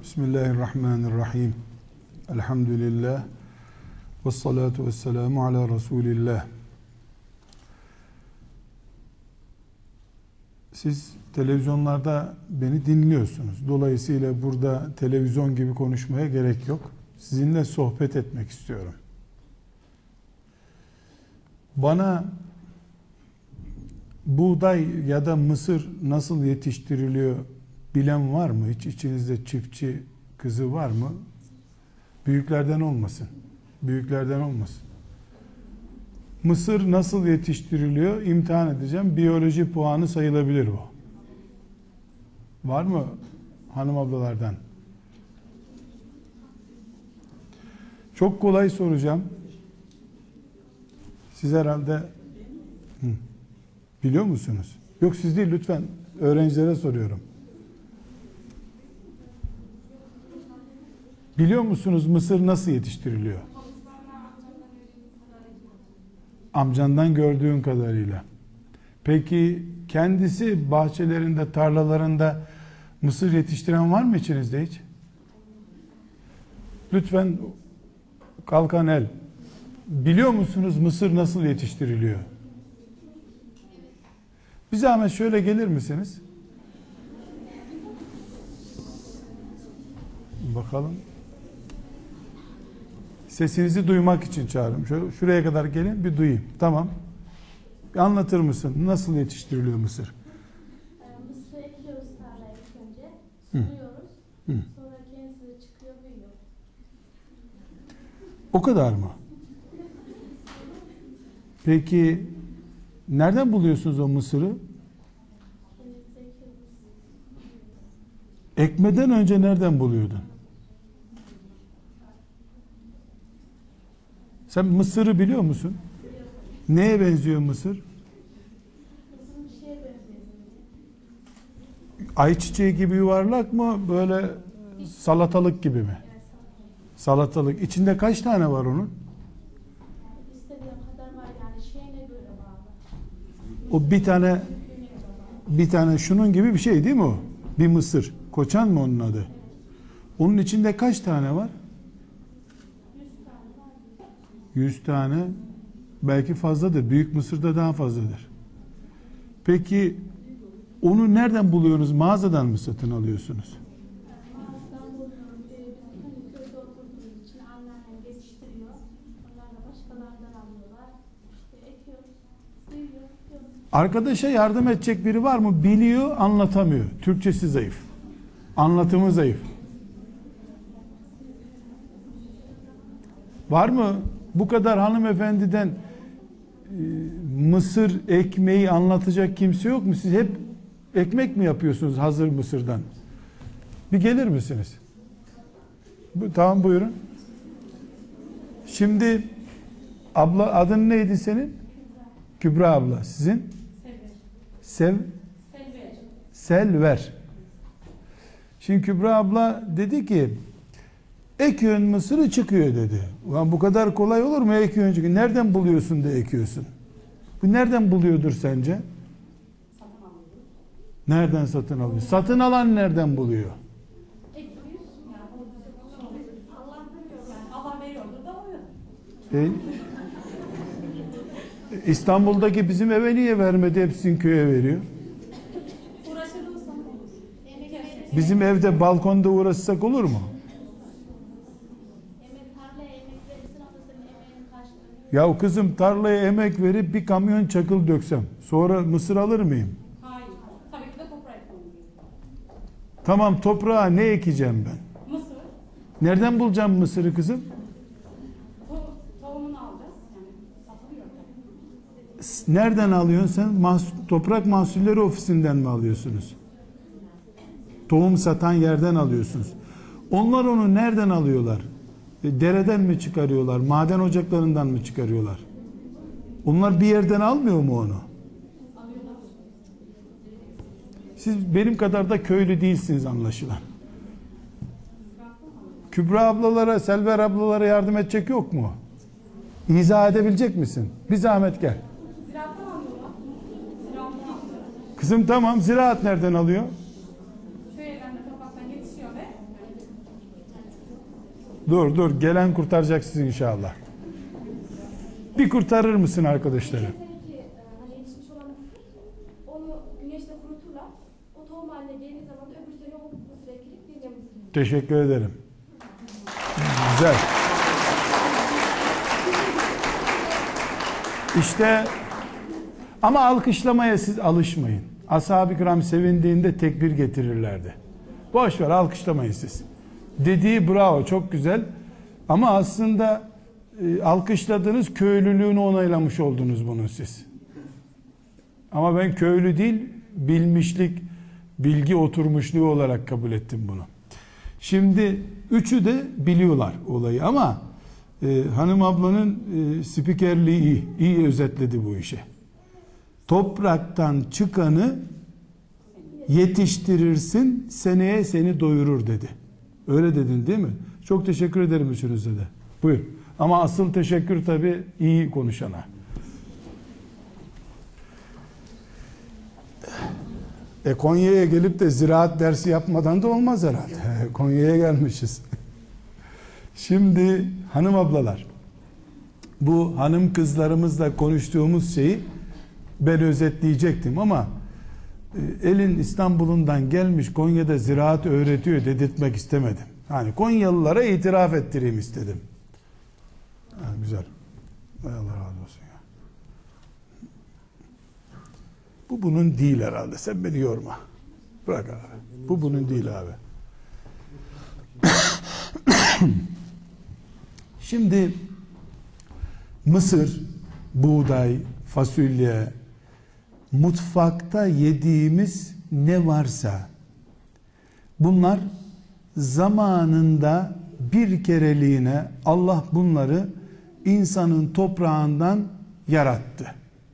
Bismillahirrahmanirrahim. Elhamdülillah. Vessalatu vesselamu ala Resulillah. Siz televizyonlarda beni dinliyorsunuz. Dolayısıyla burada televizyon gibi konuşmaya gerek yok. Sizinle sohbet etmek istiyorum. Bana buğday ya da mısır nasıl yetiştiriliyor bilen var mı? Hiç içinizde çiftçi kızı var mı? Büyüklerden olmasın. Büyüklerden olmasın. Mısır nasıl yetiştiriliyor? İmtihan edeceğim. Biyoloji puanı sayılabilir bu. Var mı hanım ablalardan? Çok kolay soracağım. Siz herhalde biliyor musunuz? Yok siz değil, lütfen öğrencilere soruyorum. Biliyor musunuz mısır nasıl yetiştiriliyor? Amcandan gördüğün kadarıyla. Peki kendisi bahçelerinde, tarlalarında mısır yetiştiren var mı içinizde hiç? Lütfen kalkan el. Biliyor musunuz mısır nasıl yetiştiriliyor? Bir zahmet şöyle gelir misiniz? Bakalım. Sesinizi duymak için çağırıyorum. Şuraya kadar gelin bir duyayım. Tamam. Bir anlatır mısın? Nasıl yetiştiriliyor mısır? Mısırı ekiyoruz tarlaya ilk önce. Suluyoruz. Sonra kendisi de çıkıyor, büyüyor. O kadar mı? Peki nereden buluyorsunuz o mısırı? Kendimiz ekiyoruz. Ekmeden önce nereden buluyordun? Sen mısırı biliyor musun? Neye benziyor mısır? Mısır bir şeye benziyor. Ayçiçeği gibi yuvarlak mı? Böyle salatalık gibi mi? Yani Salatalık. İçinde kaç tane var onun? istediğin kadar var, yani şeyine göre bağlı. O bir tane şunun gibi bir şey değil mi o? Bir mısır. Koçan mı onun adı? Onun içinde kaç tane var? 100 tane var. 100 tane. Belki fazladır. Büyük mısırda daha fazladır. Peki onu nereden buluyorsunuz? Mağazadan mı satın alıyorsunuz? Mağazadan buluyorum. Bizim hani köyde oturduğumuz için anneannem yetiştiriyor. Onlar da başkalarından alıyorlar. İşte ekiyoruz. Büyüyor. Yiyoruz. Arkadaşa yardım edecek biri var mı? Biliyor, anlatamıyor. Türkçesi zayıf. Anlatımı zayıf. Var mı? Bu kadar hanımefendiden mısır ekmeği anlatacak kimse yok mu? Siz hep ekmek mi yapıyorsunuz hazır mısırdan? Bir gelir misiniz? Tamam, buyurun. Şimdi abla, adın neydi senin? Kübra abla. Sizin? Selver. Selver. Şimdi Kübra abla dedi ki ekiyorsun mısırı çıkıyor dedi. Ulan bu kadar kolay olur mu ekiyorsun çıkıyor? Nereden buluyorsun da ekiyorsun? Bu nereden buluyordur sence? Satın alıyoruz. Nereden satın alıyor? Satın alan nereden buluyor? Ekiyoruz. Yani Allah veriyor. Yani Allah veriyordur da oluyor. İstanbul'daki bizim eve niye vermedi? Hepsini köye veriyor. Uğraşırsan olur. Bizim evde balkonda uğraşsak olur mu? Tarlaya emek verirsin, o da senin emeğinin karşılığını. Ya kızım, tarlaya emek verip bir kamyon çakıl döksem sonra mısır alır mıyım? Hayır. Tabii ki de toprağa ekmemiz. Tamam, toprağa ne ekeceğim ben? Mısır. Nereden bulacağım mısırı kızım? Tohumunu alacağız. Yani satılıyor tabii. Nereden alıyorsun sen? Toprak Mahsulleri Ofisi'nden mi alıyorsunuz? Tohum satan yerden alıyorsunuz. Onlar onu nereden alıyorlar? Dereden mi çıkarıyorlar? Maden ocaklarından mı çıkarıyorlar? Onlar bir yerden almıyor mu onu? Siz benim kadar da köylü değilsiniz anlaşılan. Kübra ablalara, Selver ablalara yardım edecek yok mu? İzah edebilecek misin? Bir zahmet gel. Ziraattan alıyorlar. Ziraattan alıyorlar. Kızım tamam, ziraat nereden alıyor? Köy evlerinde topraktan yetişiyor ve Dur. Gelen kurtaracak sizi inşallah. Bir kurtarır mısın arkadaşları? Seneki hani yetişmiş olan mısır, onu güneşte kuruturlar. O tohum haline geldiği zaman da öbür sene o mısır ekilip yine mısır ekilip. Teşekkür ederim. Güzel. İşte ama alkışlamaya siz alışmayın. Ashab-ı kiram sevindiğinde tekbir getirirlerdi. Boş ver, alkışlamayın siz. Dediği bravo, çok güzel. Ama aslında alkışladığınız köylülüğünü onaylamış oldunuz bunu siz. Ama ben köylü değil, bilmişlik, bilgi oturmuşluğu olarak kabul ettim bunu. Şimdi üçü de biliyorlar olayı ama hanım ablanın spikerliği iyi özetledi bu işi. Topraktan çıkanı yetiştirirsin, seneye seni doyurur dedi. Öyle dedin değil mi? Çok teşekkür ederim üçünüze de. Buyur. Ama asıl teşekkür tabii iyi konuşana. Konya'ya gelip de ziraat dersi yapmadan da olmaz herhalde. Konya'ya gelmişiz. Şimdi hanım ablalar, bu hanım kızlarımızla konuştuğumuz şeyi ben özetleyecektim ama elin İstanbul'undan gelmiş Konya'da ziraat öğretiyor dedirtmek istemedim. Hani Konyalılara itiraf ettireyim istedim. Ha, güzel. Allah razı olsun ya. Bu bunun değil herhalde. Sen beni yorma. Bırak abi. Bu bunun değil abi. Şimdi mısır, buğday, fasulye, mutfakta yediğimiz ne varsa bunlar zamanında bir kereliğine Allah bunları insanın toprağından yarattı.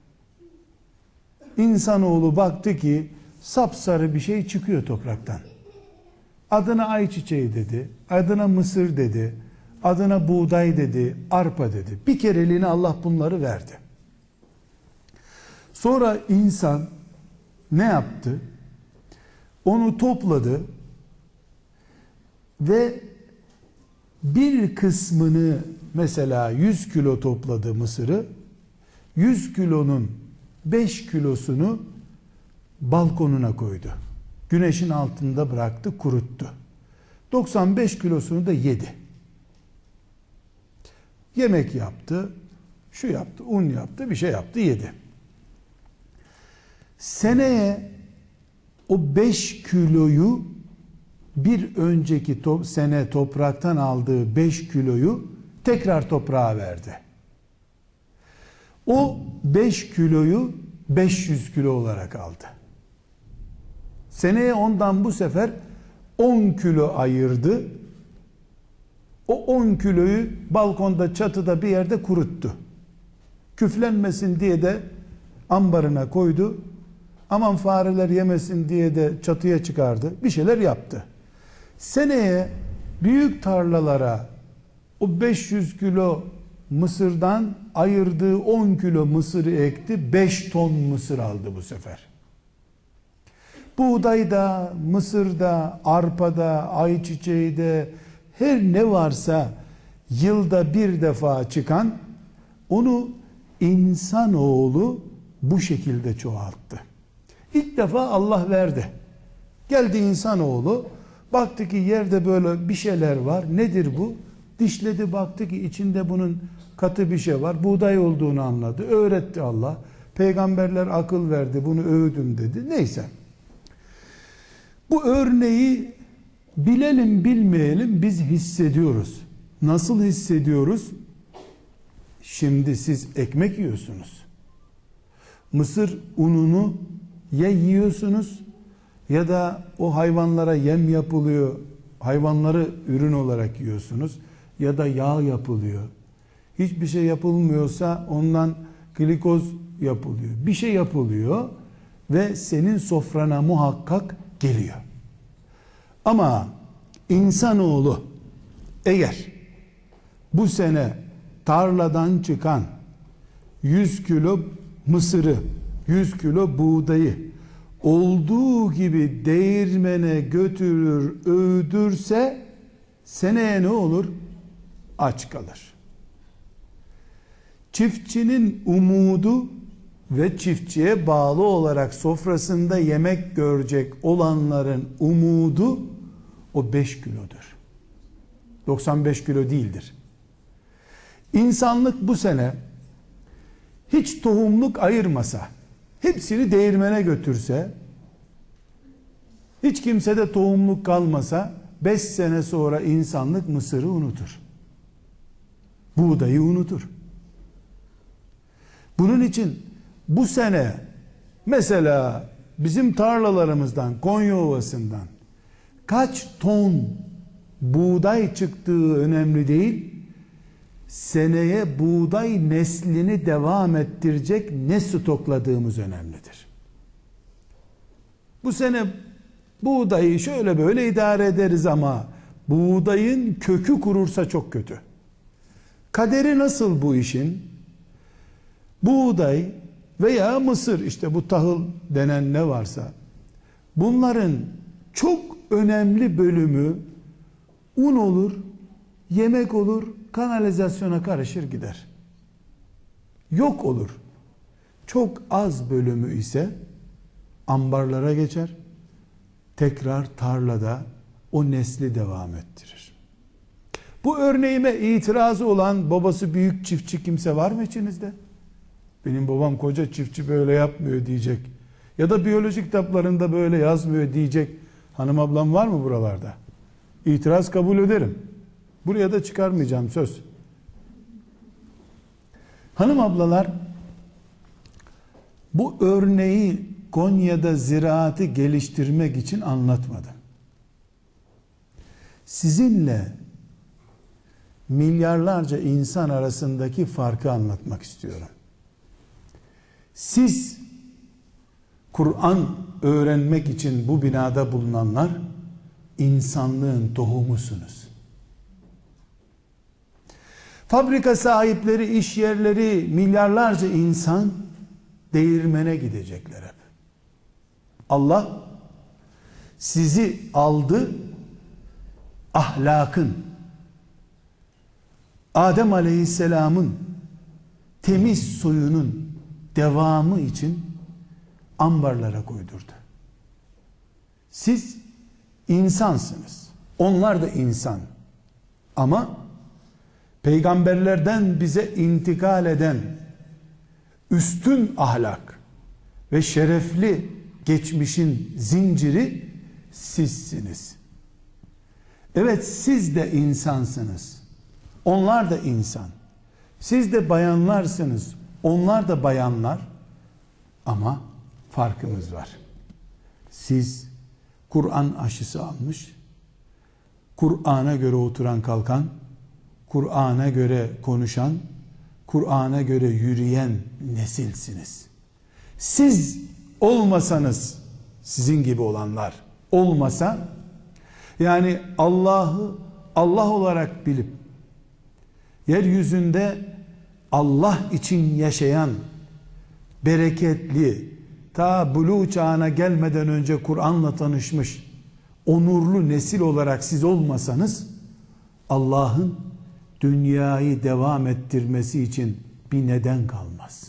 İnsanoğlu baktı ki sapsarı bir şey çıkıyor topraktan. Adına ayçiçeği dedi, adına mısır dedi, adına buğday dedi, arpa dedi. Bir kereliğine Allah bunları verdi. Sonra insan ne yaptı? Onu topladı ve bir kısmını, mesela 100 kilo topladı mısırı, 100 kilonun 5 kilosunu balkonuna koydu. Güneşin altında bıraktı, kuruttu. 95 kilosunu da yedi. Yemek yaptı, şu yaptı, un yaptı, bir şey yaptı, yedi. Seneye o 5 kiloyu bir önceki sene topraktan aldığı 5 kiloyu tekrar toprağa verdi. O 5 kiloyu 500 kilo olarak aldı. Seneye ondan bu sefer 10 kilo ayırdı. O 10 kiloyu balkonda, çatıda bir yerde kuruttu. Küflenmesin diye de ambarına koydu. Aman fareler yemesin diye de çatıya çıkardı. Bir şeyler yaptı. Seneye büyük tarlalara o 500 kilo mısırdan ayırdığı 10 kilo mısırı ekti. 5 ton mısır aldı bu sefer. Buğdayda, mısırda, arpada, ayçiçeğide, her ne varsa yılda bir defa çıkan, onu insanoğlu bu şekilde çoğalttı. İlk defa Allah verdi. Geldi insanoğlu, baktı ki yerde böyle bir şeyler var. Nedir bu? Dişledi, baktı ki içinde bunun katı bir şey var. Buğday olduğunu anladı. Öğretti Allah. Peygamberler akıl verdi. Bunu övdüm dedi. Neyse. Bu örneği bilelim bilmeyelim biz hissediyoruz. Nasıl hissediyoruz? Şimdi siz ekmek yiyorsunuz. Mısır ununu ya yiyorsunuz ya da o hayvanlara yem yapılıyor. Hayvanları ürün olarak yiyorsunuz. Ya da yağ yapılıyor. Hiçbir şey yapılmıyorsa ondan glikoz yapılıyor. Bir şey yapılıyor ve senin sofrana muhakkak geliyor. Ama insanoğlu eğer bu sene tarladan çıkan 100 kilo mısırı, 100 kilo buğdayı olduğu gibi değirmene götürür, öğüdürse seneye ne olur? aç kalır. Çiftçinin umudu ve çiftçiye bağlı olarak sofrasında yemek görecek olanların umudu o 5 kilodur. 95 kilo değildir. İnsanlık bu sene hiç tohumluk ayırmasa, hepsini değirmene götürse, hiç kimsede tohumluk kalmasa 5 sene sonra insanlık mısırı unutur. Buğdayı unutur. Bunun için bu sene mesela bizim tarlalarımızdan, Konya Ovası'ndan kaç ton buğday çıktığı önemli değil, seneye buğday neslini devam ettirecek ne stokladığımız önemlidir. Bu sene buğdayı şöyle böyle idare ederiz ama buğdayın kökü kurursa çok kötü. Kaderi nasıl bu işin? Buğday veya mısır, işte bu tahıl denen ne varsa, bunların çok önemli bölümü un olur, yemek olur, kanalizasyona karışır gider. Yok olur. Çok az bölümü ise ambarlara geçer, tekrar tarlada o nesli devam ettirir. Bu örneğime itirazı olan babası büyük çiftçi kimse var mı içinizde? Benim babam koca çiftçi, böyle yapmıyor diyecek. Ya da biyoloji kitaplarında böyle yazmıyor diyecek hanım ablam var mı buralarda? İtiraz kabul ederim. Buraya da çıkarmayacağım, söz. Hanım ablalar, bu örneği Konya'da ziraatı geliştirmek için anlatmadım. Sizinle milyarlarca insan arasındaki farkı anlatmak istiyorum. Siz Kur'an öğrenmek için bu binada bulunanlar insanlığın tohumusunuz. Fabrika sahipleri, iş yerleri, milyarlarca insan değirmene gidecekler hep. Allah sizi aldı, ahlakın, Adem Aleyhisselam'ın temiz suyunun devamı için ambarlara koydurdu. Siz insansınız. Onlar da insan. Ama peygamberlerden bize intikal eden üstün ahlak ve şerefli geçmişin zinciri sizsiniz. Evet, siz de insansınız. Onlar da insan. Siz de bayanlarsınız. Onlar da bayanlar. Ama farkımız var. Siz Kur'an aşısı almış, Kur'an'a göre oturan kalkan, Kur'an'a göre konuşan, Kur'an'a göre yürüyen nesilsiniz. Siz olmasanız, sizin gibi olanlar olmasa, yani Allah'ı Allah olarak bilip yeryüzünde Allah için yaşayan, bereketli, ta buluğ çağına gelmeden önce Kur'an'la tanışmış onurlu nesil olarak siz olmasanız, Allah'ın dünyayı devam ettirmesi için bir neden kalmaz.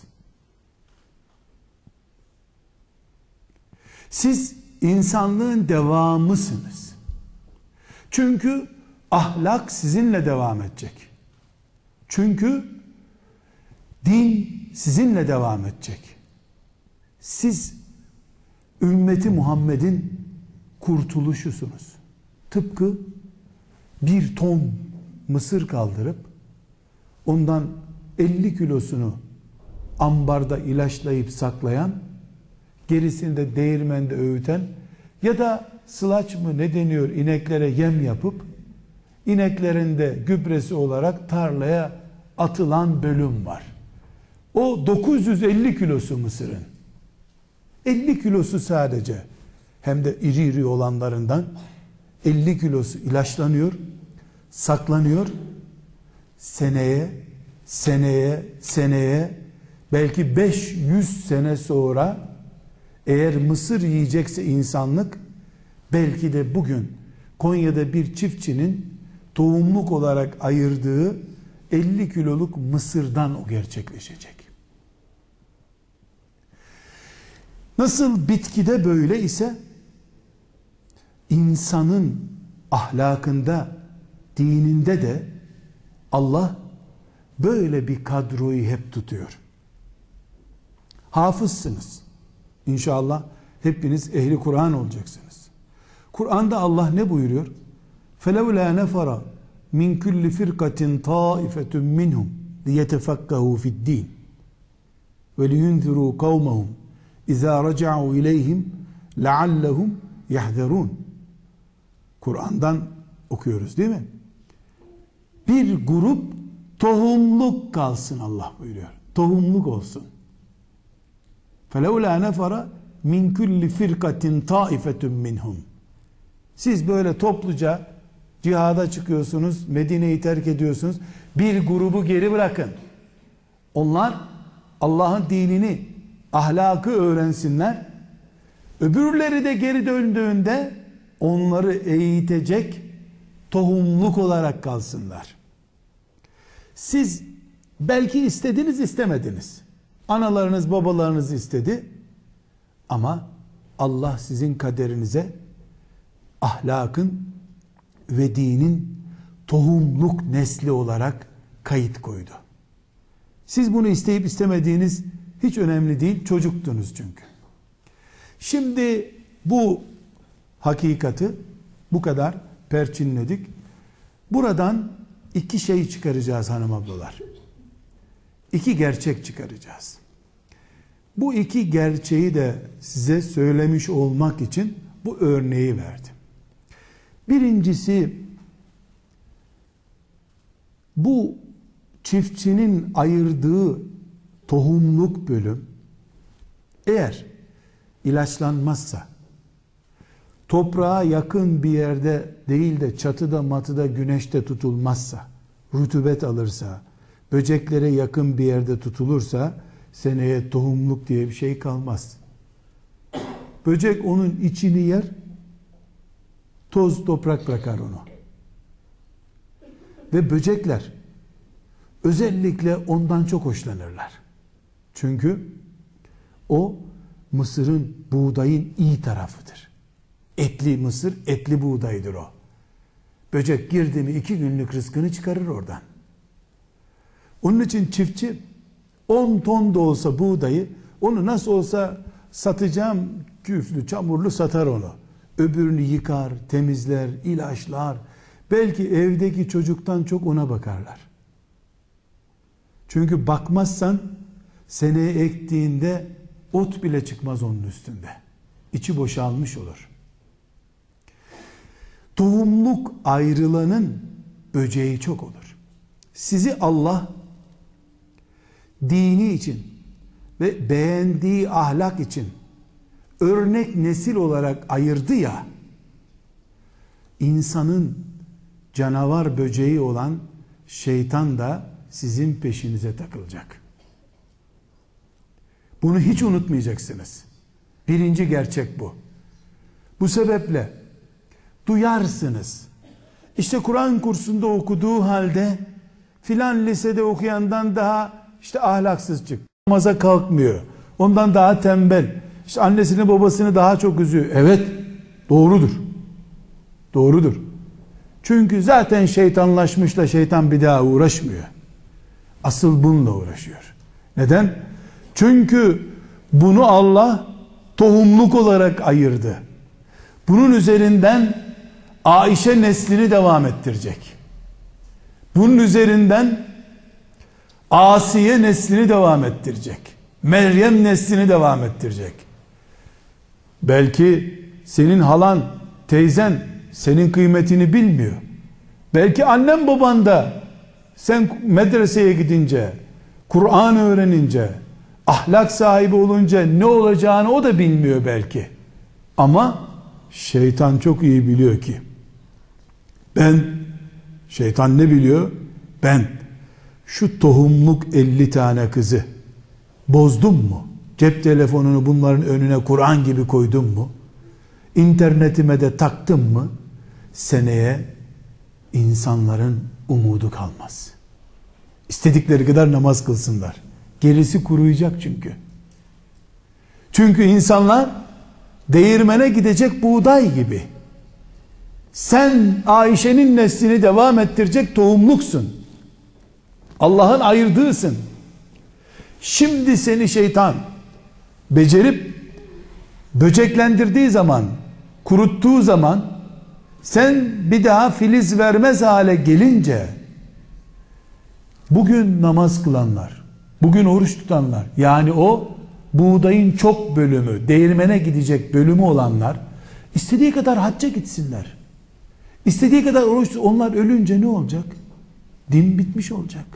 Siz insanlığın devamısınız. Çünkü ahlak sizinle devam edecek. Çünkü din sizinle devam edecek. Siz ümmeti Muhammed'in kurtuluşusunuz. Tıpkı bir ton mısır kaldırıp ondan 50 kilosunu ambarda ilaçlayıp saklayan, gerisini de değirmende öğüten ya da sılaç mı ne deniyor, ineklere yem yapıp ineklerin de gübresi olarak tarlaya atılan bölüm var. O 950 kilosu mısırın. 50 kilosu sadece, hem de iri iri olanlarından 50 kilosu ilaçlanıyor, saklanıyor. Seneye belki 500 sene sonra eğer mısır yiyecekse insanlık, belki de bugün Konya'da bir çiftçinin tohumluk olarak ayırdığı 50 kiloluk mısırdan o gerçekleşecek. Nasıl bitkide böyle ise insanın ahlakında, dininde de Allah böyle bir kadroyu hep tutuyor. Hafızsınız. İnşallah hepiniz ehli Kur'an olacaksınız. Kur'an'da Allah ne buyuruyor? فَلَوْلَا نَفَرَ مِنْ كُلِّ فِرْقَةٍ طَائِفَةٌ مِّنْهُمْ لِيَتَفَقَّهُوا فِي الدِّينِ وَلِيُنْذِرُوا قَوْمَهُمْ اِذَا رَجَعُوا اِلَيْهِمْ لَعَلَّهُمْ يَحْذَرُونَ. Kur'an'dan okuyoruz değil mi? Bir grup tohumluk kalsın Allah buyuruyor. Tohumluk olsun. فَلَوْلَا نَفَرَ مِنْ كُلِّ فِرْقَةٍ طَائِفَةٌ مِّنْهُمْ. Siz böyle topluca cihada çıkıyorsunuz, Medine'yi terk ediyorsunuz. Bir grubu geri bırakın. Onlar Allah'ın dinini, ahlakı öğrensinler. Öbürleri de geri döndüğünde onları eğitecek tohumluk olarak kalsınlar. Siz belki istediniz, istemediniz. Analarınız, babalarınız istedi. Ama Allah sizin kaderinize ahlakın ve dinin tohumluk nesli olarak kayıt koydu. Siz bunu isteyip istemediğiniz hiç önemli değil. Çocuktunuz çünkü. Şimdi bu hakikati bu kadar perçinledik. Buradan iki şey çıkaracağız hanım ablalar. İki gerçek çıkaracağız. Bu iki gerçeği de size söylemiş olmak için bu örneği verdim. Birincisi, bu çiftçinin ayırdığı tohumluk bölüm eğer ilaçlanmazsa, toprağa yakın bir yerde değil de çatıda matıda güneşte tutulmazsa, rutubet alırsa, böceklere yakın bir yerde tutulursa seneye tohumluk diye bir şey kalmaz. Böcek onun içini yer, toz toprak bırakar onu. Ve böcekler özellikle ondan çok hoşlanırlar. Çünkü o mısırın, buğdayın iyi tarafıdır. Etli mısır, etli buğdaydır o. Böcek girdi mi 2 günlük rızkını çıkarır oradan. Onun için çiftçi 10 ton da olsa buğdayı, onu nasıl olsa satacağım, küflü, çamurlu satar onu. Öbürünü yıkar, temizler, ilaçlar. Belki evdeki çocuktan çok ona bakarlar. Çünkü bakmazsan seneye ektiğinde ot bile çıkmaz onun üstünde. İçi boşalmış olur. Tohumluk ayrılanın böceği çok olur. Sizi Allah dini için ve beğendiği ahlak için örnek nesil olarak ayırdı ya, insanın canavar böceği olan şeytan da sizin peşinize takılacak. Bunu hiç unutmayacaksınız. Birinci gerçek bu. Bu sebeple duyarsınız. İşte Kur'an kursunda okuduğu halde filan lisede okuyandan daha işte ahlaksız çıktı. Namaza kalkmıyor. Ondan daha tembel. İşte annesini babasını daha çok üzüyor. Evet, doğrudur. Doğrudur. Çünkü zaten şeytanlaşmış da şeytan bir daha uğraşmıyor. Asıl bununla uğraşıyor. Neden? Çünkü bunu Allah tohumluk olarak ayırdı. Bunun üzerinden Aişe neslini devam ettirecek. Bunun üzerinden Asiye neslini devam ettirecek. Meryem neslini devam ettirecek. Belki senin halan, teyzen senin kıymetini bilmiyor. Belki annen baban da sen medreseye gidince, Kur'an öğrenince, ahlak sahibi olunca ne olacağını o da bilmiyor belki. Ama şeytan çok iyi biliyor ki şeytan ne biliyor? Ben şu tohumluk 50 tane kızı bozdum mu? Cep telefonunu bunların önüne Kur'an gibi koydum mu? İnternetime de taktım mı? Seneye insanların umudu kalmaz. İstedikleri kadar namaz kılsınlar. Gerisi kuruyacak çünkü. Çünkü insanlar değirmene gidecek buğday gibi. Sen Ayşe'nin neslini devam ettirecek tohumluksun. Allah'ın ayırdığısın. Şimdi seni şeytan becerip böceklendirdiği zaman, kuruttuğu zaman, sen bir daha filiz vermez hale gelince, bugün namaz kılanlar, bugün oruç tutanlar, yani o buğdayın çok bölümü, değirmene gidecek bölümü olanlar, istediği kadar hacca gitsinler. İstediği kadar oruç, onlar ölünce ne olacak? Din bitmiş olacak.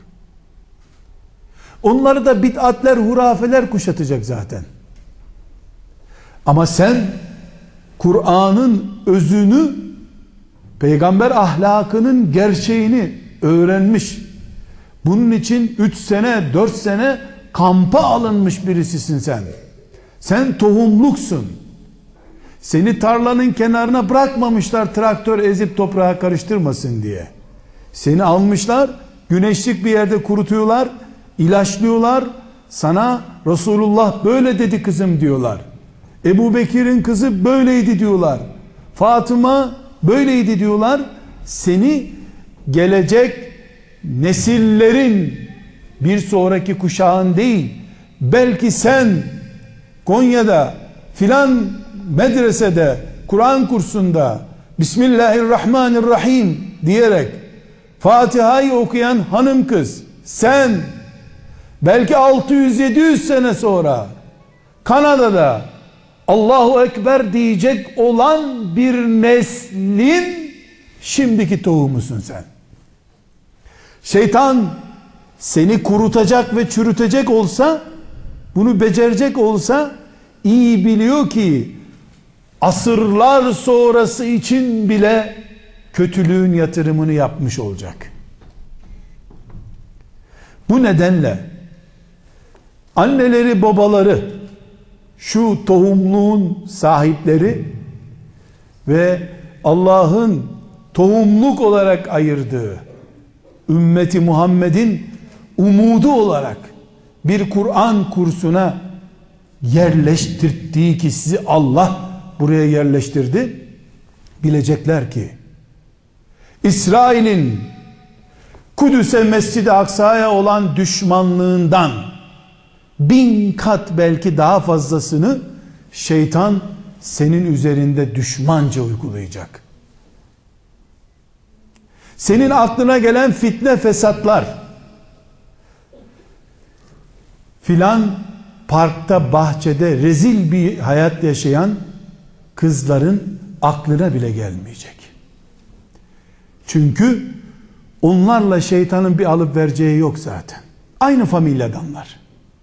Onları da bid'atler, hurafeler kuşatacak zaten. Ama sen Kur'an'ın özünü, peygamber ahlakının gerçeğini öğrenmiş, bunun için 3 sene 4 sene kampa alınmış birisisin sen. Sen tohumluksun. Seni tarlanın kenarına bırakmamışlar traktör ezip toprağa karıştırmasın diye. Seni almışlar, güneşlik bir yerde kurutuyorlar, ilaçlıyorlar. Sana Resulullah böyle dedi kızım diyorlar. Ebu Bekir'in kızı böyleydi diyorlar. Fatıma böyleydi diyorlar. Seni gelecek nesillerin, bir sonraki kuşağın değil, belki sen Konya'da filan medresede, Kur'an kursunda Bismillahirrahmanirrahim diyerek Fatiha'yı okuyan hanım kız, sen belki 600-700 sene sonra Kanada'da Allahu Ekber diyecek olan bir neslin şimdiki tohumusun sen. Şeytan seni kurutacak ve çürütecek olsa, bunu becerecek olsa, iyi biliyor ki asırlar sonrası için bile kötülüğün yatırımını yapmış olacak. Bu nedenle anneleri, babaları, şu tohumluğun sahipleri ve Allah'ın tohumluk olarak ayırdığı ümmeti Muhammed'in umudu olarak bir Kur'an kursuna yerleştirdiği, ki sizi Allah buraya yerleştirdi, bilecekler ki İsrail'in Kudüs'e, Mescid-i Aksa'ya olan düşmanlığından 1000 kat belki daha fazlasını şeytan senin üzerinde düşmanca uygulayacak. Senin aklına gelen fitne, fesatlar, filan parkta, bahçede rezil bir hayat yaşayan kızların aklına bile gelmeyecek. Çünkü onlarla şeytanın bir alıp vereceği yok zaten. Aynı familyadanlar.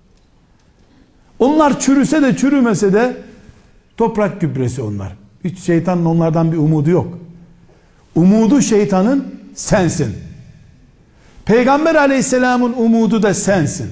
Onlar çürüse de çürümese de toprak gübresi onlar. Hiç şeytanın onlardan bir umudu yok. Umudu şeytanın sensin. Peygamber aleyhisselamın umudu da sensin.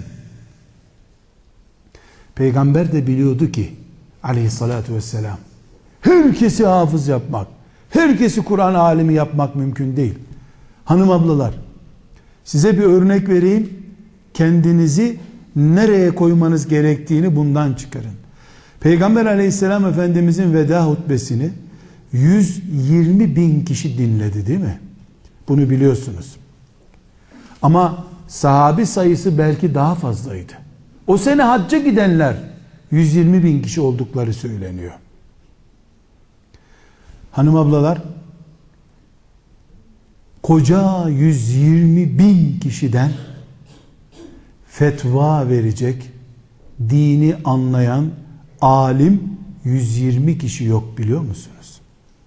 Peygamber de biliyordu ki aleyhissalatu vesselam, herkesi hafız yapmak, herkesi Kur'an alimi yapmak mümkün değil. Hanım ablalar, size bir örnek vereyim, kendinizi nereye koymanız gerektiğini bundan çıkarın. Peygamber aleyhisselam efendimizin veda hutbesini 120 bin kişi dinledi, değil mi? Bunu biliyorsunuz. Ama sahabi sayısı belki daha fazlaydı. O sene hacca gidenler 120 bin kişi oldukları söyleniyor. Hanım ablalar, koca 120 bin kişiden fetva verecek, dini anlayan alim 120 kişi yok, biliyor musunuz?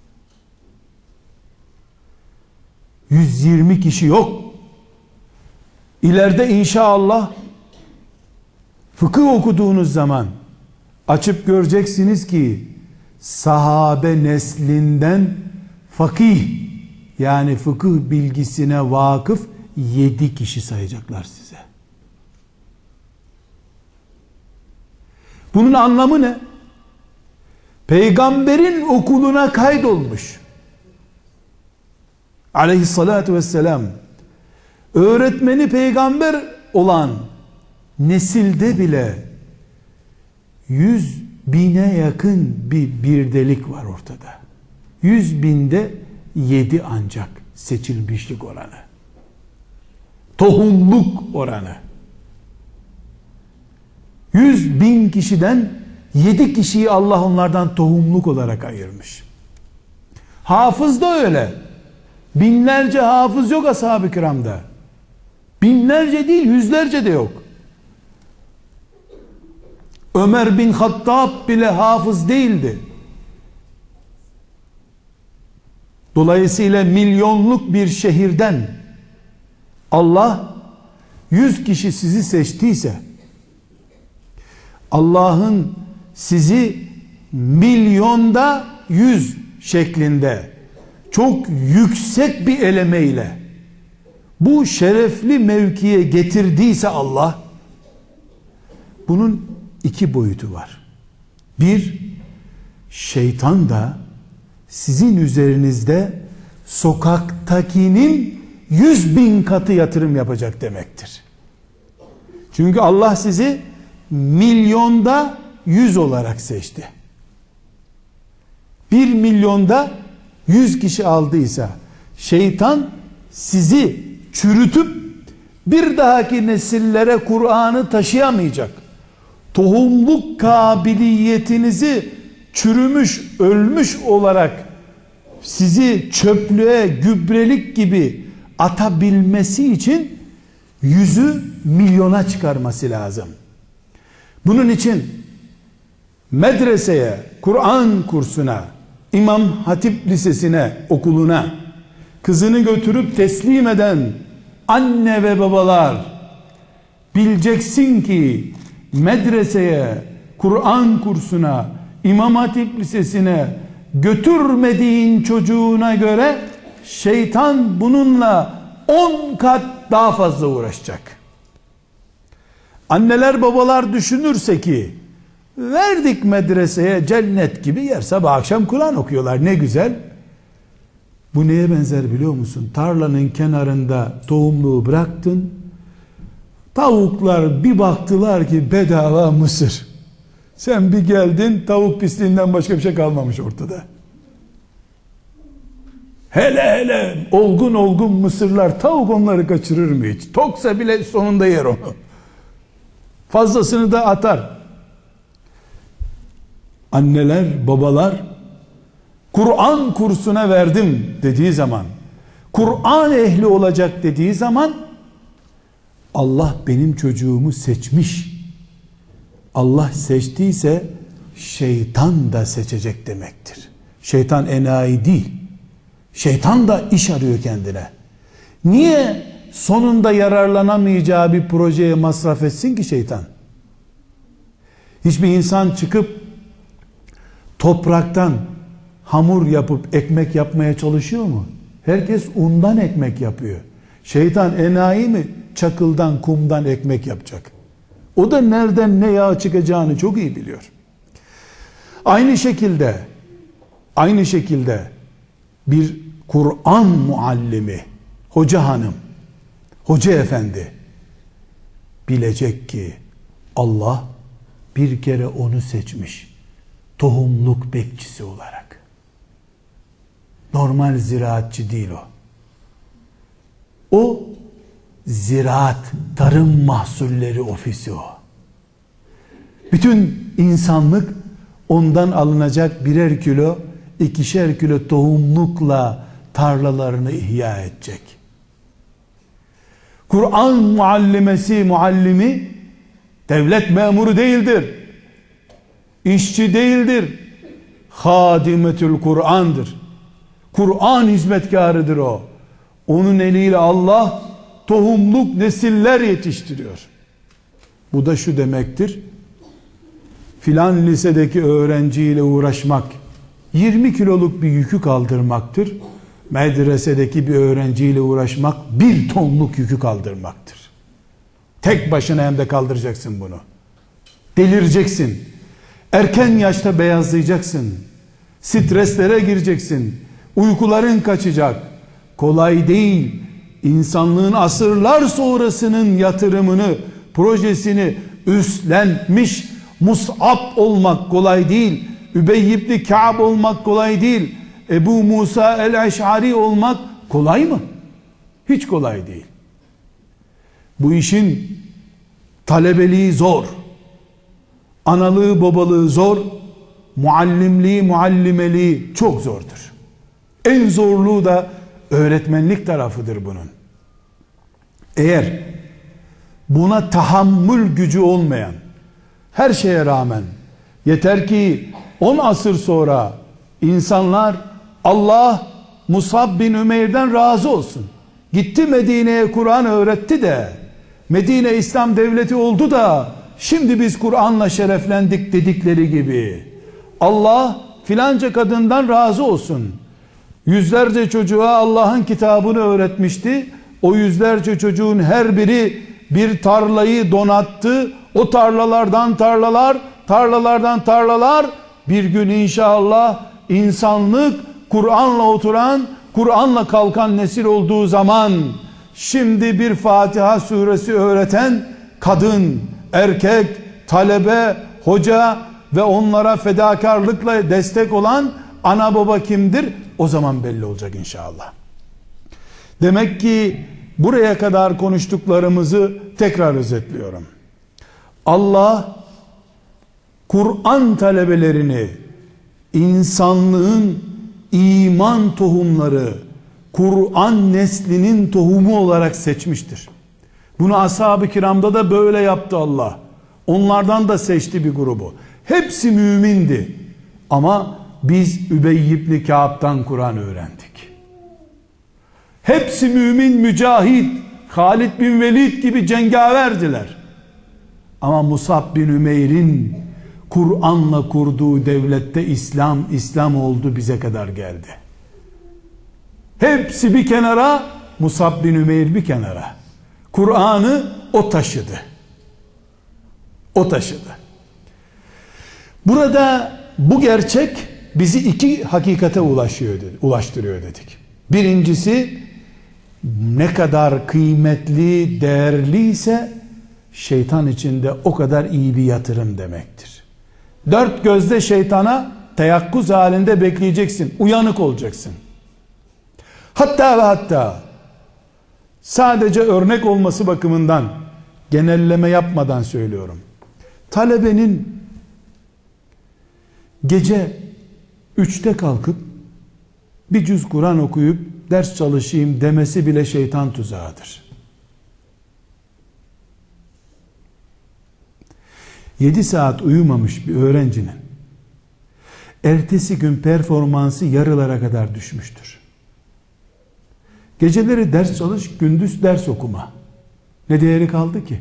120 kişi yok. İleride inşallah fıkıh okuduğunuz zaman açıp göreceksiniz ki sahabe neslinden fakih, yani fıkıh bilgisine vakıf 7 kişi sayacaklar size. Bunun anlamı ne? Peygamberin okuluna kaydolmuş, aleyhissalatu vesselam öğretmeni peygamber olan nesilde bile 100.000'e yakın bir birdelik var ortada. 100.000'de 7 ancak seçilmişlik oranı. Tohumluk oranı. 100.000 kişiden 7 kişiyi Allah onlardan tohumluk olarak ayırmış. Hafız da öyle. Binlerce hafız yok ashab-ı kiramda. Binlerce değil, yüzlerce de yok. Ömer bin Hattab bile hafız değildi. Dolayısıyla milyonluk bir şehirden Allah 100 kişi sizi seçtiyse, Allah'ın sizi milyonda 100 şeklinde çok yüksek bir elemeyle bu şerefli mevkiye getirdiyse Allah, bunun 2 boyutu var. Bir, şeytan da sizin üzerinizde sokaktakinin 100.000 katı yatırım yapacak demektir. Çünkü Allah sizi milyonda 100 olarak seçti. 1 milyonda 100 kişi aldıysa şeytan sizi çürütüp bir dahaki nesillere Kur'an'ı taşıyamayacak, tohumluk kabiliyetinizi çürümüş, ölmüş olarak sizi çöplüğe, gübrelik gibi atabilmesi için 100'ü milyona çıkarması lazım. Bunun için medreseye, Kur'an kursuna, İmam Hatip Lisesi'ne, okuluna kızını götürüp teslim eden anne ve babalar bileceksin ki medreseye, Kur'an kursuna, İmam Hatip Lisesi'ne götürmediğin çocuğuna göre şeytan bununla 10 kat daha fazla uğraşacak. Anneler babalar düşünürse ki verdik medreseye, cennet gibi yer, sabah akşam Kur'an okuyorlar, ne güzel. Bu neye benzer biliyor musun? Tarlanın kenarında tohumluğu bıraktın, tavuklar bir baktılar ki bedava mısır. Sen bir geldin, tavuk pisliğinden başka bir şey kalmamış ortada. Hele hele olgun olgun mısırlar, tavuk onları kaçırır mı hiç? Toksa bile sonunda yer onu. Fazlasını da atar. Anneler, babalar Kur'an kursuna verdim dediği zaman, Kur'an ehli olacak dediği zaman, Allah benim çocuğumu seçmiş. Allah seçtiyse şeytan da seçecek demektir. Şeytan enayi değil. Şeytan da iş arıyor kendine. Niye sonunda yararlanamayacağı bir projeye masraf etsin ki şeytan? Hiçbir insan çıkıp topraktan hamur yapıp ekmek yapmaya çalışıyor mu? Herkes undan ekmek yapıyor. Şeytan enayi mi çakıldan, kumdan ekmek yapacak? O da nereden ne yağ çıkacağını çok iyi biliyor. Aynı şekilde bir Kur'an muallimi, hoca hanım, hoca efendi bilecek ki Allah bir kere onu seçmiş, tohumluk bekçisi olarak. Normal ziraatçı değil o. O ziraat, tarım mahsulleri ofisi o. Bütün insanlık ondan alınacak 1'er kilo, 2'şer kilo tohumlukla tarlalarını ihya edecek. Kur'an muallimesi, muallimi devlet memuru değildir. İşçi değildir. Hadimetül Kur'an'dır. Kur'an hizmetkarıdır o. Onun eliyle Allah tohumluk nesiller yetiştiriyor. Bu da şu demektir: filan lisedeki öğrenciyle uğraşmak 20 kiloluk bir yükü kaldırmaktır. Medresedeki bir öğrenciyle uğraşmak 1 tonluk yükü kaldırmaktır. Tek başına hem de kaldıracaksın bunu. Delireceksin. Erken yaşta beyazlayacaksın. Streslere gireceksin. Uykuların kaçacak. kolay değil. İnsanlığın asırlar sonrasının yatırımını, projesini üstlenmiş Mus'ab olmak kolay değil. Übey ibn Ka'b olmak kolay değil. Ebu Musa el-Eş'ari olmak kolay mı? Hiç kolay değil. Bu işin talebeliği zor. Analığı babalığı zor. Muallimliği muallimeliği çok zordur. En zorluğu da öğretmenlik tarafıdır bunun. Eğer buna tahammül gücü olmayan, her şeye rağmen yeter ki 10 asır sonra insanlar Allah Musab bin Ümeyr'den razı olsun. Gitti Medine'ye Kur'an öğretti de Medine İslam devleti oldu da şimdi biz Kur'an'la şereflendik dedikleri gibi Allah filanca kadından razı olsun. Yüzlerce çocuğa Allah'ın kitabını öğretmişti. O yüzlerce çocuğun her biri bir tarlayı donattı. O tarlalardan tarlalar, tarlalardan tarlalar. Bir gün inşallah insanlık Kur'an'la oturan, Kur'an'la kalkan nesil olduğu zaman şimdi bir Fatiha suresi öğreten kadın, erkek, talebe, hoca ve onlara fedakarlıkla destek olan ana baba kimdir? O zaman belli olacak inşallah. Demek ki buraya kadar konuştuklarımızı tekrar özetliyorum. Allah Kur'an talebelerini insanlığın iman tohumları, Kur'an neslinin tohumu olarak seçmiştir. Bunu ashab-ı kiramda da böyle yaptı Allah. Onlardan da seçti bir grubu. Hepsi mümindi. Ama biz Übey ibn Ka'b'dan Kur'an öğrendik. Hepsi mümin, mücahit, Halid bin Velid gibi cengaverdiler. Ama Musab bin Ümeyr'in Kur'an'la kurduğu devlette İslam oldu, bize kadar geldi. Hepsi bir kenara, Musab bin Ümeyr bir kenara. Kur'an'ı o taşıdı. O taşıdı. Burada bu gerçek bizi iki hakikate ulaştırıyor dedik. Birincisi, ne kadar kıymetli, değerliyse şeytan içinde o kadar iyi bir yatırım demektir. Dört gözle şeytana teyakkuz halinde bekleyeceksin. Uyanık olacaksın. Hatta ve hatta sadece örnek olması bakımından genelleme yapmadan söylüyorum. Talebenin gece 3'te kalkıp bir cüz Kur'an okuyup ders çalışayım demesi bile şeytan tuzağıdır. 7 saat uyumamış bir öğrencinin ertesi gün performansı yarılara kadar düşmüştür. Geceleri ders çalış, gündüz ders okuma. Ne değeri kaldı ki?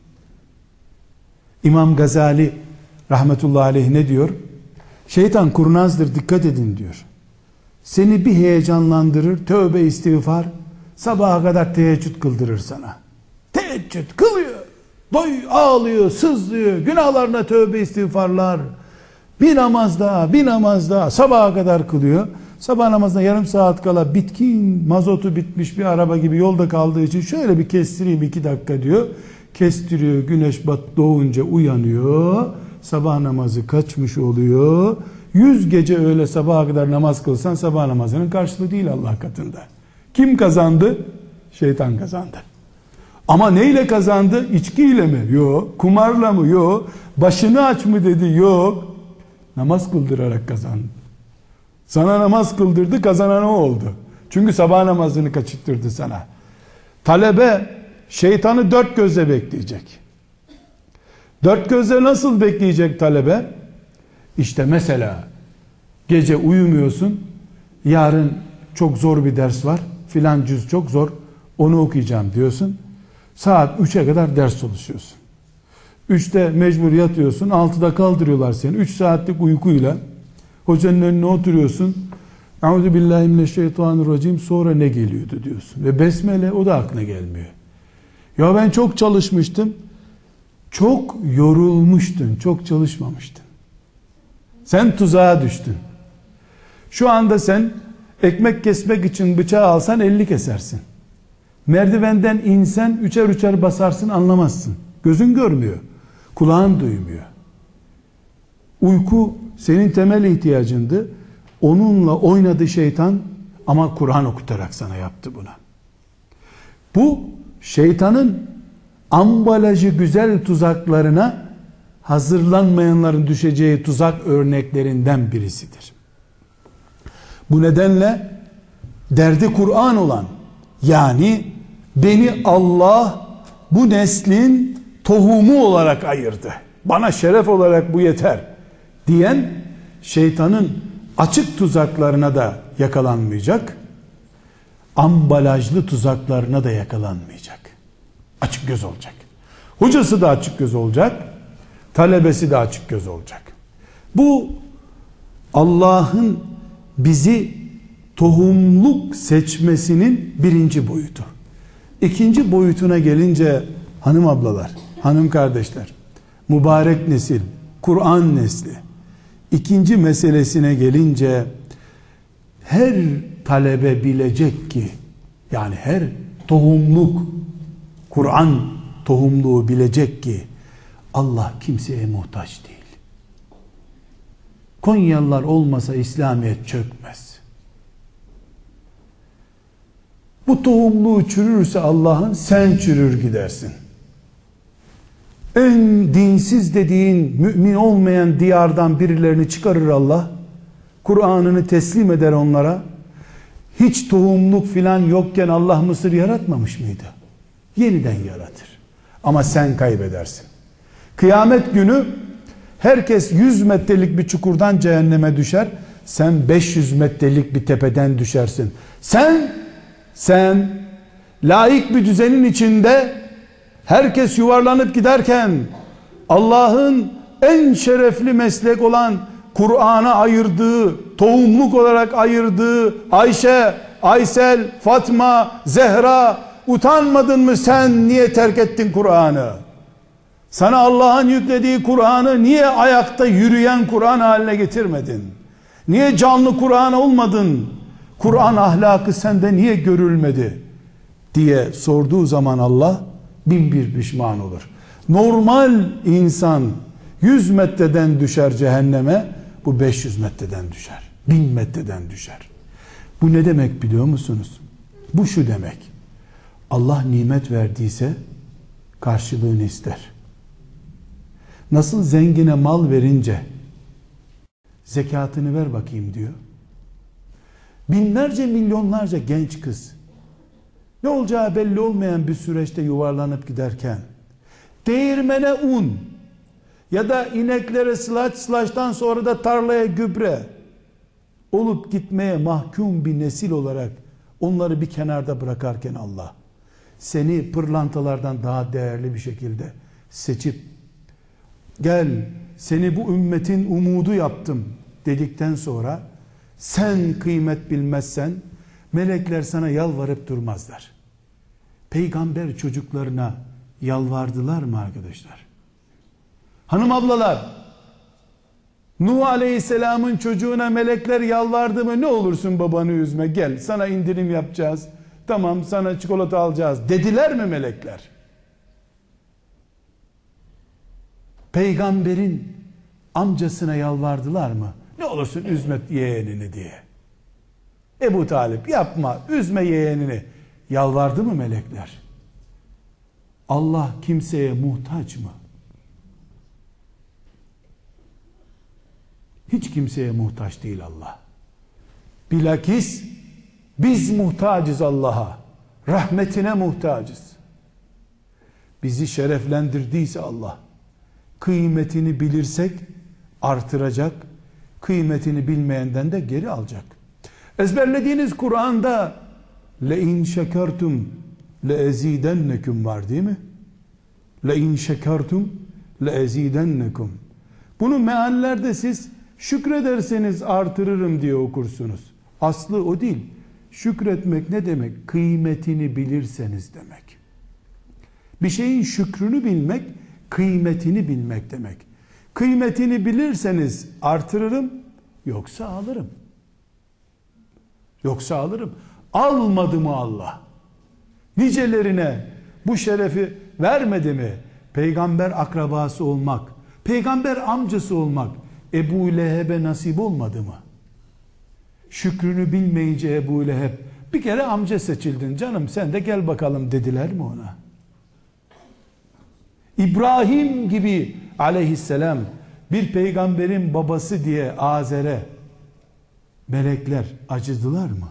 İmam Gazali rahmetullahi aleyh ne diyor? Şeytan kurnazdır, dikkat edin diyor. Seni bir heyecanlandırır, tövbe istiğfar, sabaha kadar teheccüd kıldırır sana. Teheccüd kılıyor, ağlıyor, sızlıyor, günahlarına tövbe istiğfarlar. Bir namaz daha, sabaha kadar kılıyor. Sabah namazına yarım saat kala bitkin, mazotu bitmiş bir araba gibi yolda kaldığı için şöyle bir kestireyim 2 dakika diyor. Kestiriyor, güneş doğunca uyanıyor. Sabah namazı kaçmış oluyor. 100 gece öyle sabaha kadar namaz kılsan sabah namazının karşılığı değil Allah katında. Kim kazandı? Şeytan kazandı. Ama neyle kazandı? İçkiyle mi? Yok. Kumarla mı? Yok. Başını aç mı dedi? Yok. Namaz kıldırarak kazandı. Sana namaz kıldırdı, kazanan o oldu. Çünkü sabah namazını kaçırttırdı sana. Talebe şeytanı 4 gözle bekleyecek. 4 gözle nasıl bekleyecek talebe? İşte mesela gece uyumuyorsun, yarın çok zor bir ders var, filan cüz çok zor, onu okuyacağım diyorsun. Saat 3'e kadar ders çalışıyorsun. 3'te mecbur yatıyorsun, 6'da kaldırıyorlar seni. 3 saatlik uykuyla hocanın önüne oturuyorsun. Euzubillahimineşşeytanirracim, sonra ne geliyordu diyorsun. Ve besmele, o da aklına gelmiyor. Ya ben çok çalışmıştım. Çok yorulmuştun, çok çalışmamıştın. Sen tuzağa düştün. Şu anda sen ekmek kesmek için bıçağı alsan 50 kesersin. Merdivenden insen üçer üçer basarsın, anlamazsın. Gözün görmüyor, kulağın duymuyor. Uyku senin temel ihtiyacındı. Onunla oynadı şeytan ama Kur'an okutarak sana yaptı bunu. Bu şeytanın ambalajı güzel tuzaklarına hazırlanmayanların düşeceği tuzak örneklerinden birisidir. Bu nedenle derdi Kur'an olan, yani beni Allah bu neslin tohumu olarak ayırdı, bana şeref olarak bu yeter diyen şeytanın açık tuzaklarına da yakalanmayacak, ambalajlı tuzaklarına da yakalanmayacak. Açık göz olacak. Hocası da açık göz olacak, talebesi de açık göz olacak. Bu Allah'ın bizi tohumluk seçmesinin birinci boyutu. İkinci boyutuna gelince hanım ablalar, hanım kardeşler, mübarek nesil, Kur'an nesli. İkinci meselesine gelince her talebe bilecek ki, yani her tohumluk, Kur'an tohumluğu bilecek ki Allah kimseye muhtaç değil. Konyalılar olmasa İslamiyet çökmez. Bu tohumluğu çürürse Allah'ın, sen çürür gidersin. En dinsiz dediğin mümin olmayan diyardan birilerini çıkarır Allah. Kur'an'ını teslim eder onlara. Hiç tohumluk filan yokken Allah Mısır yaratmamış mıydı? Yeniden yaratır. Ama sen kaybedersin. Kıyamet günü herkes 100 metrelik bir çukurdan cehenneme düşer. Sen 500 metrelik bir tepeden düşersin. Sen laik bir düzenin içinde herkes yuvarlanıp giderken Allah'ın en şerefli meslek olan Kur'an'a ayırdığı, tohumluk olarak ayırdığı Ayşe, Aysel, Fatma, Zehra, utanmadın mı sen, niye terk ettin Kur'an'ı? Sana Allah'ın yüklediği Kur'an'ı niye ayakta yürüyen Kur'an haline getirmedin? Niye canlı Kur'an olmadın? Kur'an ahlakı sende niye görülmedi? Diye sorduğu zaman Allah bin bir pişman olur. Normal insan 100 metreden düşer cehenneme, bu 500 metreden düşer. 1000 metreden düşer. Bu ne demek biliyor musunuz? Bu şu demek: Allah nimet verdiyse karşılığını ister. Nasıl zengine mal verince zekatını ver bakayım diyor. Binlerce milyonlarca genç kız ne olacağı belli olmayan bir süreçte yuvarlanıp giderken değirmene un ya da ineklere sılaçtan sonra da tarlaya gübre olup gitmeye mahkum bir nesil olarak onları bir kenarda bırakarken Allah seni pırlantalardan daha değerli bir şekilde seçip gel seni bu ümmetin umudu yaptım dedikten sonra sen kıymet bilmezsen melekler sana yalvarıp durmazlar. Peygamber çocuklarına yalvardılar mı arkadaşlar? Hanım ablalar, Nuh Aleyhisselam'ın çocuğuna melekler yalvardı mı, ne olursun babanı üzme, gel sana indirim yapacağız, tamam sana çikolata alacağız dediler mi melekler? Peygamberin amcasına yalvardılar mı? Ne olursun üzme yeğenini diye. Ebu Talip yapma, üzme yeğenini. Yalvardı mı melekler? Allah kimseye muhtaç mı? Hiç kimseye muhtaç değil Allah. Bilakis biz muhtacız Allah'a. Rahmetine muhtacız. Bizi şereflendirdiyse Allah, kıymetini bilirsek artıracak, kıymetini bilmeyenden de geri alacak. Ezberlediğiniz Kur'an'da le in şekertum le ezidennekum var değil mi? Le in şekertum le ezidennekum. Bunu meallerde siz şükrederseniz artırırım diye okursunuz. Aslı o değil. Şükretmek ne demek? Kıymetini bilirseniz demek. Bir şeyin şükrünü bilmek, kıymetini bilmek demek. Kıymetini bilirseniz artırırım, yoksa alırım. Yoksa alırım. Almadı mı Allah? Nicelerine bu şerefi vermedi mi? Peygamber akrabası olmak, peygamber amcası olmak Ebu Leheb'e nasip olmadı mı? Şükrünü bilmeyince Ebu Leheb, bir kere amca seçildin canım, sen de gel bakalım dediler mi ona? İbrahim gibi aleyhisselam bir peygamberin babası diye Azer'e melekler acıdılar mı?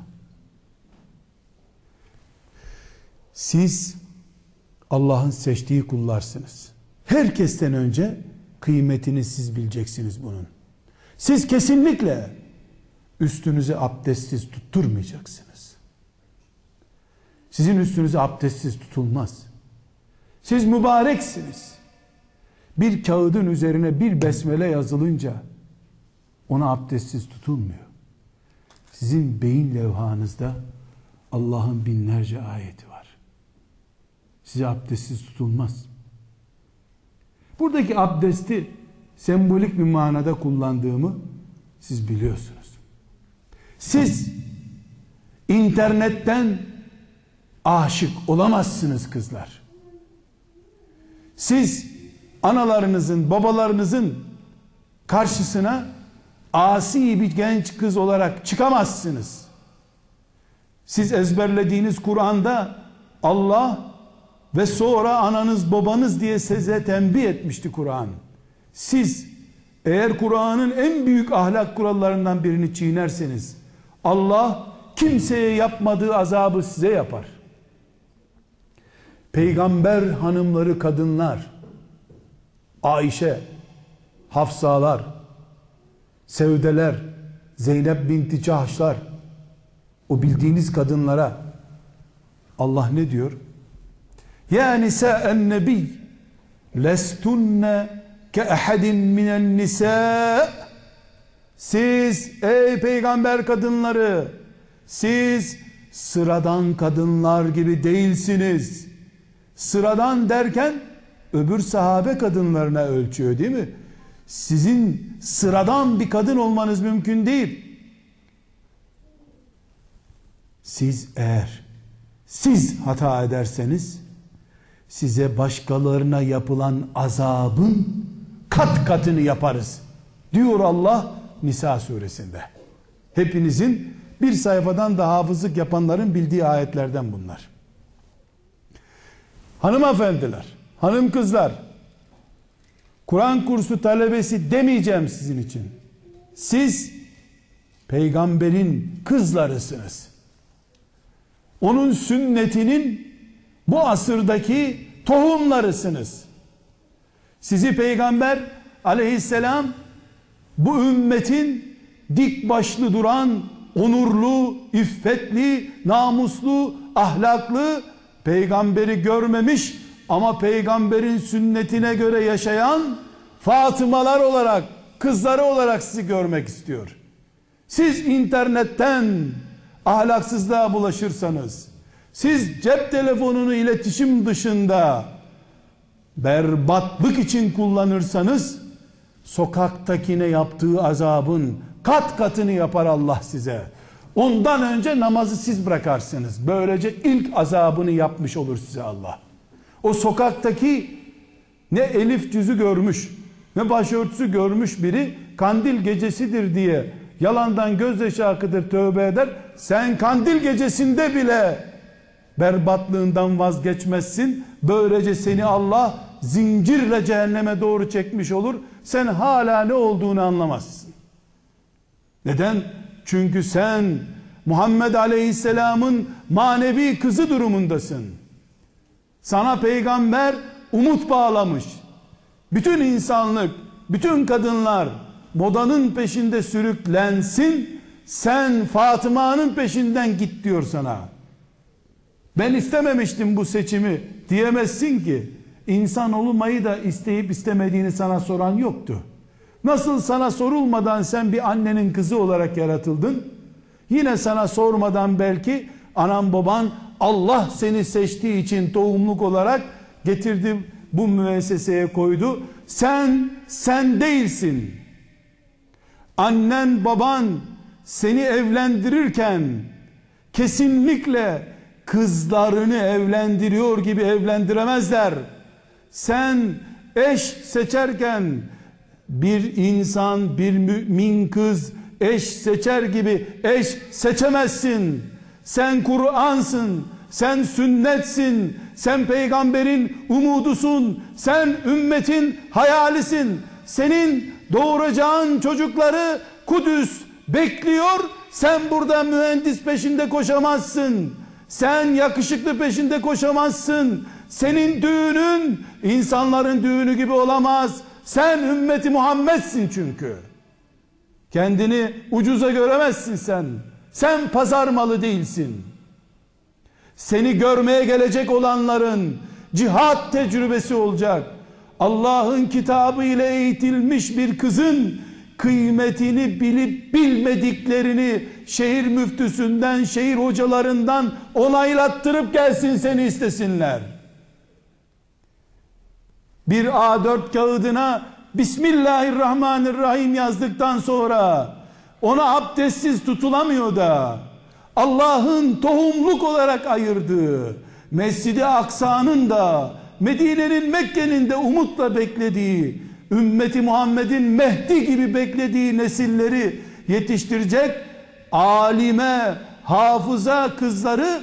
Siz Allah'ın seçtiği kullarsınız. Herkesten önce kıymetini siz bileceksiniz bunun. Siz kesinlikle üstünüze abdestsiz tutturmayacaksınız. Sizin üstünüze abdestsiz tutulmaz. Siz mübareksiniz. Bir kağıdın üzerine bir besmele yazılınca ona abdestsiz tutulmuyor. Sizin beyin levhanızda Allah'ın binlerce ayeti var. Size abdestsiz tutulmaz. Buradaki abdesti sembolik bir manada kullandığımı siz biliyorsunuz. Siz internetten aşık olamazsınız kızlar. Siz analarınızın, babalarınızın karşısına asi bir genç kız olarak çıkamazsınız. Siz ezberlediğiniz Kur'an'da Allah ve sonra ananız babanız diye size tembih etmişti Kur'an. Siz eğer Kur'an'ın en büyük ahlak kurallarından birini çiğnerseniz Allah kimseye yapmadığı azabı size yapar. Peygamber hanımları kadınlar, Ayşe, Hafsalar, Sevdeler, Zeynep binti Cahşlar, o bildiğiniz kadınlara Allah ne diyor? Ya nisa'en nebiy lestunne ke ahadin minen nisa. Siz ey peygamber kadınları, siz sıradan kadınlar gibi değilsiniz. Sıradan derken öbür sahabe kadınlarına ölçüyor değil mi? Sizin sıradan bir kadın olmanız mümkün değil. Siz hata ederseniz size başkalarına yapılan azabın kat katını yaparız diyor Allah Nisa suresinde. Hepinizin bir sayfadan da hafızlık yapanların bildiği ayetlerden bunlar. Hanımefendiler, hanım kızlar, Kur'an kursu talebesi demeyeceğim sizin için. Siz peygamberin kızlarısınız. Onun sünnetinin bu asırdaki tohumlarısınız. Sizi peygamber aleyhisselam bu ümmetin dik başlı duran, onurlu, iffetli, namuslu, ahlaklı peygamberi görmemiş ama peygamberin sünnetine göre yaşayan Fatımalar olarak, kızları olarak sizi görmek istiyor. Siz internetten ahlaksızlığa bulaşırsanız, siz cep telefonunu iletişim dışında berbatlık için kullanırsanız, sokaktakine yaptığı azabın kat katını yapar Allah size. Ondan önce namazı siz bırakarsınız. Böylece ilk azabını yapmış olur size Allah. O sokaktaki ne elif cüzü görmüş, ne başörtüsü görmüş biri kandil gecesidir diye yalandan gözyaşı akıtır, tövbe eder. Sen kandil gecesinde bile berbatlığından vazgeçmezsin. Böylece seni Allah zincirle cehenneme doğru çekmiş olur. Sen hala ne olduğunu anlamazsın. Neden? Çünkü sen Muhammed Aleyhisselam'ın manevi kızı durumundasın. Sana peygamber umut bağlamış. Bütün insanlık, bütün kadınlar modanın peşinde sürüklensin. Sen Fatıma'nın peşinden git diyor sana. Ben istememiştim bu seçimi diyemezsin ki. İnsan olmayı da isteyip istemediğini sana soran yoktu. Nasıl sana sorulmadan sen bir annenin kızı olarak yaratıldın? Yine sana sormadan belki anan baban Allah seni seçtiği için tohumluk olarak getirdi, bu müesseseye koydu. Sen değilsin. Annen baban seni evlendirirken kesinlikle kızlarını evlendiriyor gibi evlendiremezler. Sen eş seçerken bir insan, bir mümin kız eş seçer gibi eş seçemezsin. Sen Kur'ansın, sen sünnetsin, sen peygamberin umudusun, sen ümmetin hayalisin. Senin doğuracağın çocukları Kudüs bekliyor. Sen burada mühendis peşinde koşamazsın. Sen yakışıklı peşinde koşamazsın. Senin düğünün insanların düğünü gibi olamaz. Sen ümmeti Muhammed'sin çünkü. Kendini ucuza göremezsin sen. Sen pazar malı değilsin. Seni görmeye gelecek olanların cihat tecrübesi olacak. Allah'ın kitabı ile eğitilmiş bir kızın kıymetini bilip bilmediklerini şehir müftüsünden, şehir hocalarından onaylattırıp gelsin, seni istesinler. Bir A4 kağıdına Bismillahirrahmanirrahim yazdıktan sonra ona abdestsiz tutulamıyor da Allah'ın tohumluk olarak ayırdığı Mescid-i Aksa'nın da Medine'nin, Mekke'nin de umutla beklediği, ümmeti Muhammed'in Mehdi gibi beklediği nesilleri yetiştirecek alime, hafıza kızları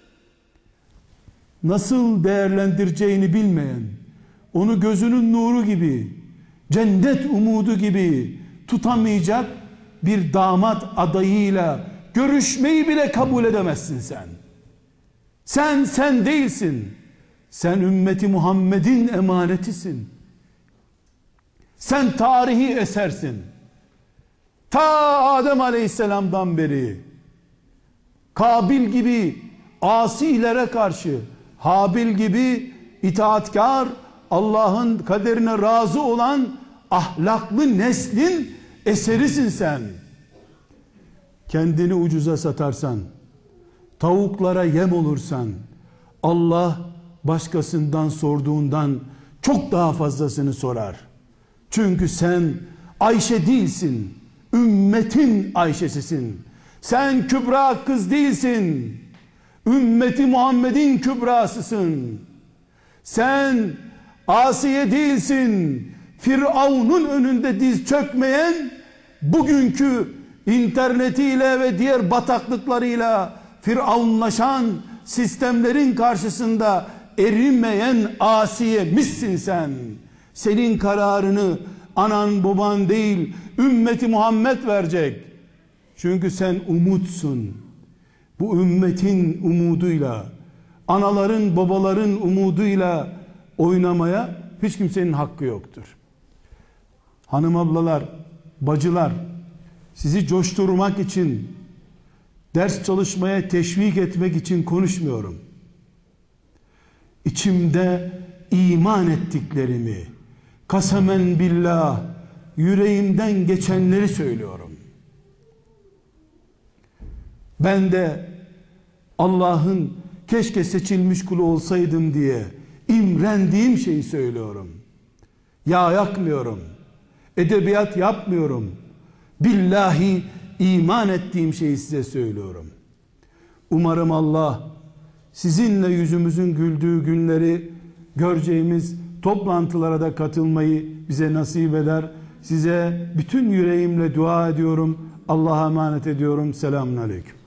nasıl değerlendireceğini bilmeyen, onu gözünün nuru gibi, cennet umudu gibi tutamayacak bir damat adayıyla görüşmeyi bile kabul edemezsin sen. Sen değilsin. Sen ümmeti Muhammed'in emanetisin. Sen tarihi esersin. Ta Adem Aleyhisselam'dan beri Kabil gibi asilere karşı, Habil gibi itaatkar, Allah'ın kaderine razı olan ahlaklı neslin eserisin sen. Kendini ucuza satarsan, tavuklara yem olursan, Allah başkasından sorduğundan çok daha fazlasını sorar. Çünkü sen Ayşe değilsin, ümmetin Ayşe'sisin. Sen Kübra kız değilsin, ümmeti Muhammed'in Kübrasısın. Sen Asiye değilsin, Firavun'un önünde diz çökmeyen, bugünkü internetiyle ve diğer bataklıklarıyla firavunlaşan sistemlerin karşısında erimeyen Asiye'mişsin sen. Senin kararını anan baban değil, ümmeti Muhammed verecek. Çünkü sen umutsun. Bu ümmetin umuduyla, anaların babaların umuduyla oynamaya hiç kimsenin hakkı yoktur. Hanım ablalar, bacılar, sizi coşturmak için, ders çalışmaya teşvik etmek için konuşmuyorum. İçimde iman ettiklerimi, kasemen billah, yüreğimden geçenleri söylüyorum. Ben de Allah'ın keşke seçilmiş kulu olsaydım diye imrendiğim şeyi söylüyorum. Yağ yakmıyorum, edebiyat yapmıyorum. Billahi iman ettiğim şeyi size söylüyorum. Umarım Allah sizinle yüzümüzün güldüğü günleri göreceğimiz toplantılara da katılmayı bize nasip eder. Size bütün yüreğimle dua ediyorum. Allah'a emanet ediyorum. Selamun aleyküm.